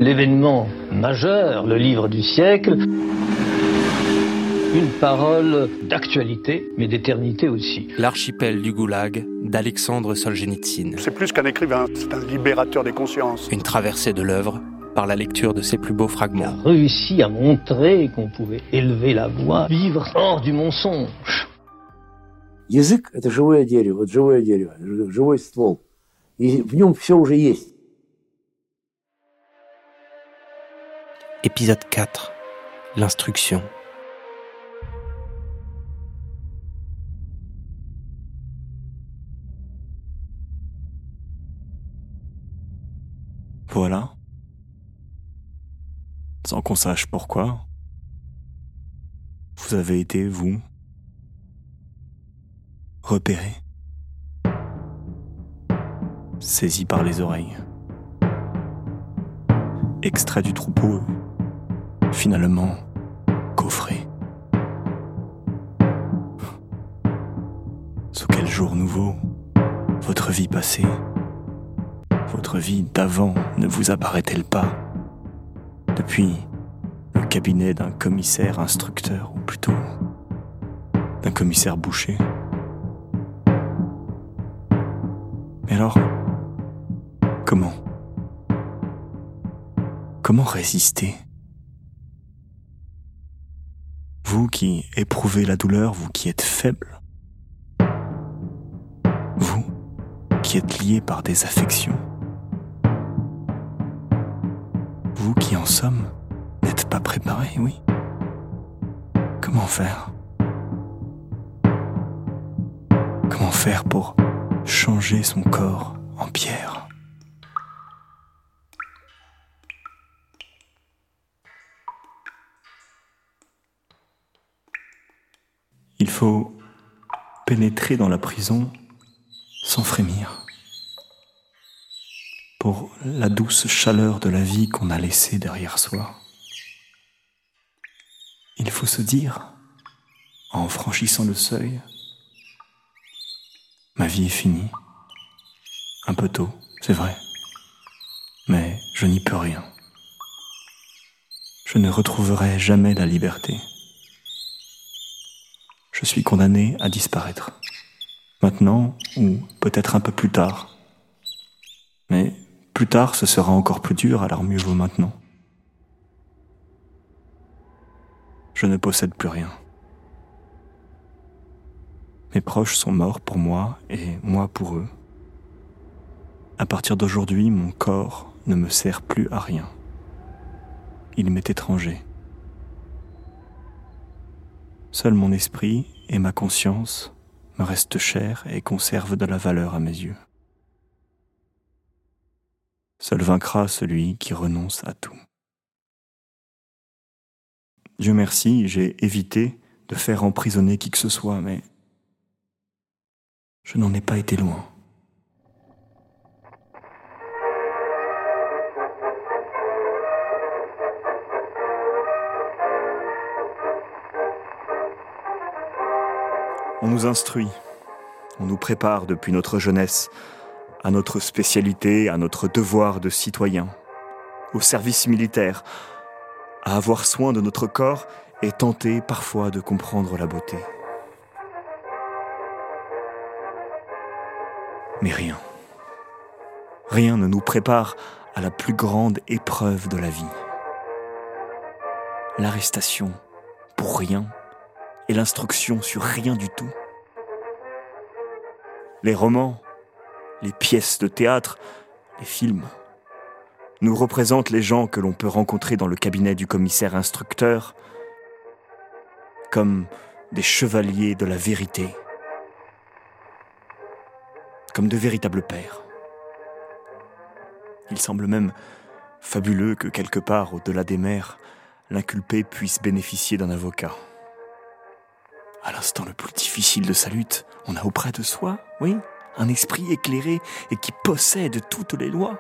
L'événement majeur, le livre du siècle, une parole d'actualité, mais d'éternité aussi. L'archipel du Goulag d'Alexandre Solzhenitsyn. C'est plus qu'un écrivain, c'est un libérateur des consciences. Une traversée de l'œuvre par la lecture de ses plus beaux fragments. Il a réussi à montrer qu'on pouvait élever la voix, vivre hors du mensonge. Язык – это живое дерево, живой ствол. И в нем все уже есть. Épisode 4. L'instruction. Voilà. Sans qu'on sache pourquoi, vous avez été, vous, repéré, saisi par les oreilles, extrait du troupeau, finalement coffré. Sous quel jour nouveau, votre vie passée, votre vie d'avant ne vous apparaît-elle pas depuis le cabinet d'un commissaire instructeur, ou plutôt d'un commissaire boucher? Mais alors, comment résister? Vous qui éprouvez la douleur, vous qui êtes faible, vous qui êtes lié par des affections, vous qui en somme n'êtes pas préparé, oui. Comment faire? Comment faire pour changer son corps en pierre? Il faut pénétrer dans la prison sans frémir, pour la douce chaleur de la vie qu'on a laissée derrière soi. Il faut se dire, en franchissant le seuil, ma vie est finie. Un peu tôt, c'est vrai, mais je n'y peux rien. Je ne retrouverai jamais la liberté. Je suis condamné à disparaître. Maintenant, ou peut-être un peu plus tard. Mais plus tard, ce sera encore plus dur, alors mieux vaut maintenant. Je ne possède plus rien. Mes proches sont morts pour moi et moi pour eux. À partir d'aujourd'hui, mon corps ne me sert plus à rien. Il m'est étranger. Seul mon esprit et ma conscience me restent chers et conservent de la valeur à mes yeux. Seul vaincra celui qui renonce à tout. Dieu merci, j'ai évité de faire emprisonner qui que ce soit, mais je n'en ai pas été loin. On nous instruit, on nous prépare depuis notre jeunesse à notre spécialité, à notre devoir de citoyen, au service militaire, à avoir soin de notre corps et tenter parfois de comprendre la beauté. Mais rien ne nous prépare à la plus grande épreuve de la vie. L'arrestation pour rien et l'instruction sur rien du tout. Les romans, les pièces de théâtre, les films nous représentent les gens que l'on peut rencontrer dans le cabinet du commissaire instructeur comme des chevaliers de la vérité, comme de véritables pères. Il semble même fabuleux que quelque part au-delà des mers, l'inculpé puisse bénéficier d'un avocat. À l'instant le plus difficile de sa lutte, on a auprès de soi, oui, un esprit éclairé et qui possède toutes les lois.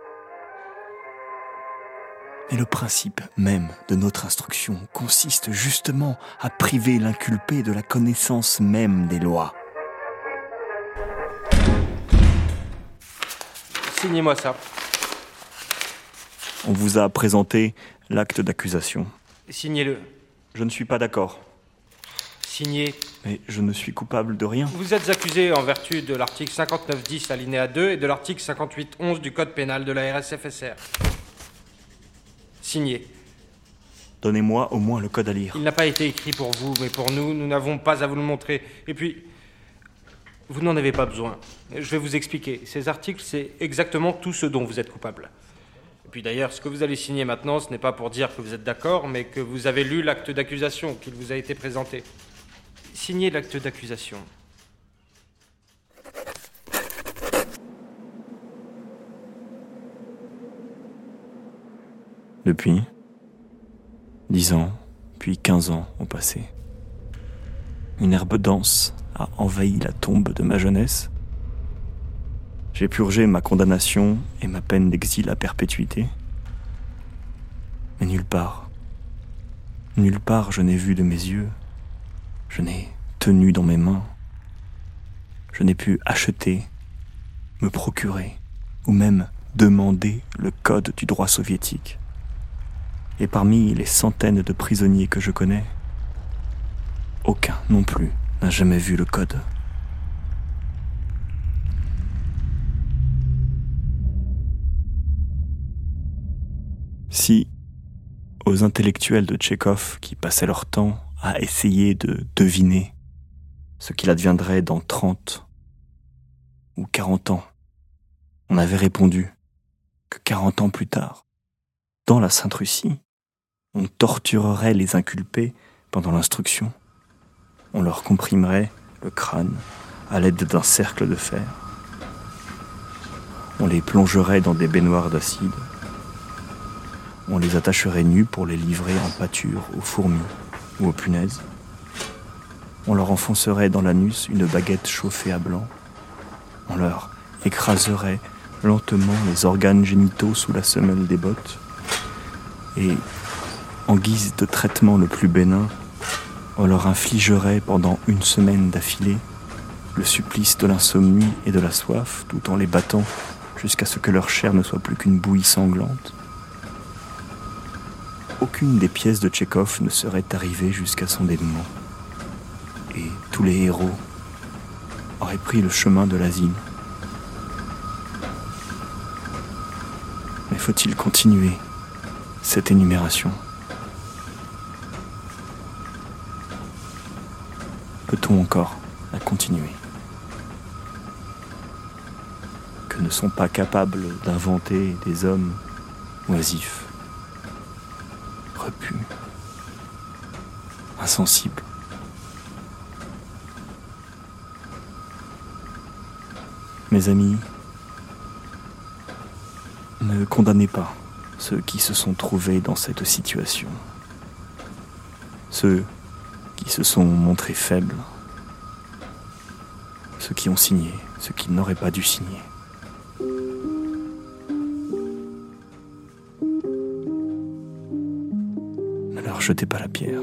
Mais le principe même de notre instruction consiste justement à priver l'inculpé de la connaissance même des lois. Signez-moi ça. On vous a présenté l'acte d'accusation. Signez-le. Je ne suis pas d'accord. Signez. Mais je ne suis coupable de rien. Vous êtes accusé en vertu de l'article 59.10 alinéa 2 et de l'article 58.11 du Code pénal de la RSFSR. Signez. Donnez-moi au moins le code à lire. Il n'a pas été écrit pour vous, mais pour nous, nous n'avons pas à vous le montrer. Et puis, vous n'en avez pas besoin. Je vais vous expliquer. Ces articles, c'est exactement tout ce dont vous êtes coupable. Et puis d'ailleurs, ce que vous allez signer maintenant, ce n'est pas pour dire que vous êtes d'accord, mais que vous avez lu l'acte d'accusation qu'il vous a été présenté. Signez l'acte d'accusation. Depuis 10 ans, puis 15 ans ont passé. Une herbe dense a envahi la tombe de ma jeunesse. J'ai purgé ma condamnation et ma peine d'exil à perpétuité. Mais nulle part je n'ai vu de mes yeux, je n'ai tenu dans mes mains, je n'ai pu acheter, me procurer ou même demander le code du droit soviétique. Et parmi les centaines de prisonniers que je connais, aucun non plus n'a jamais vu le code. Si, aux intellectuels de Tchekhov qui passaient leur temps à essayer de deviner ce qu'il adviendrait dans 30 ou 40 ans, on avait répondu que 40 ans plus tard, dans la Sainte-Russie, on torturerait les inculpés pendant l'instruction. On leur comprimerait le crâne à l'aide d'un cercle de fer. On les plongerait dans des baignoires d'acide. On les attacherait nus pour les livrer en pâture aux fourmis ou aux punaises. On leur enfoncerait dans l'anus une baguette chauffée à blanc. On leur écraserait lentement les organes génitaux sous la semelle des bottes. Et, en guise de traitement le plus bénin, on leur infligerait pendant 1 semaine d'affilée le supplice de l'insomnie et de la soif, tout en les battant jusqu'à ce que leur chair ne soit plus qu'une bouillie sanglante. Aucune des pièces de Tchekhov ne serait arrivée jusqu'à son dénouement. Et tous les héros auraient pris le chemin de l'asile. Mais faut-il continuer cette énumération? Peut-on encore la continuer? Que ne sont pas capables d'inventer des hommes oisifs, repus, insensibles. Mes amis, ne condamnez pas ceux qui se sont trouvés dans cette situation, ceux qui se sont montrés faibles, ceux qui ont signé, ceux qui n'auraient pas dû signer. Ne leur jetez pas la pierre.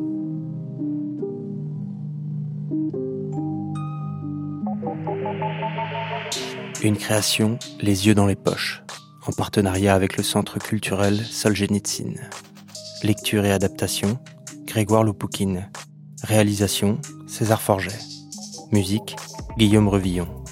Une création, Les yeux dans les poches, en partenariat avec le Centre culturel Solzhenitsyn. Lecture et adaptation, Grégoire Loupoukine. Réalisation, César Forget. Musique, Guillaume Revillon.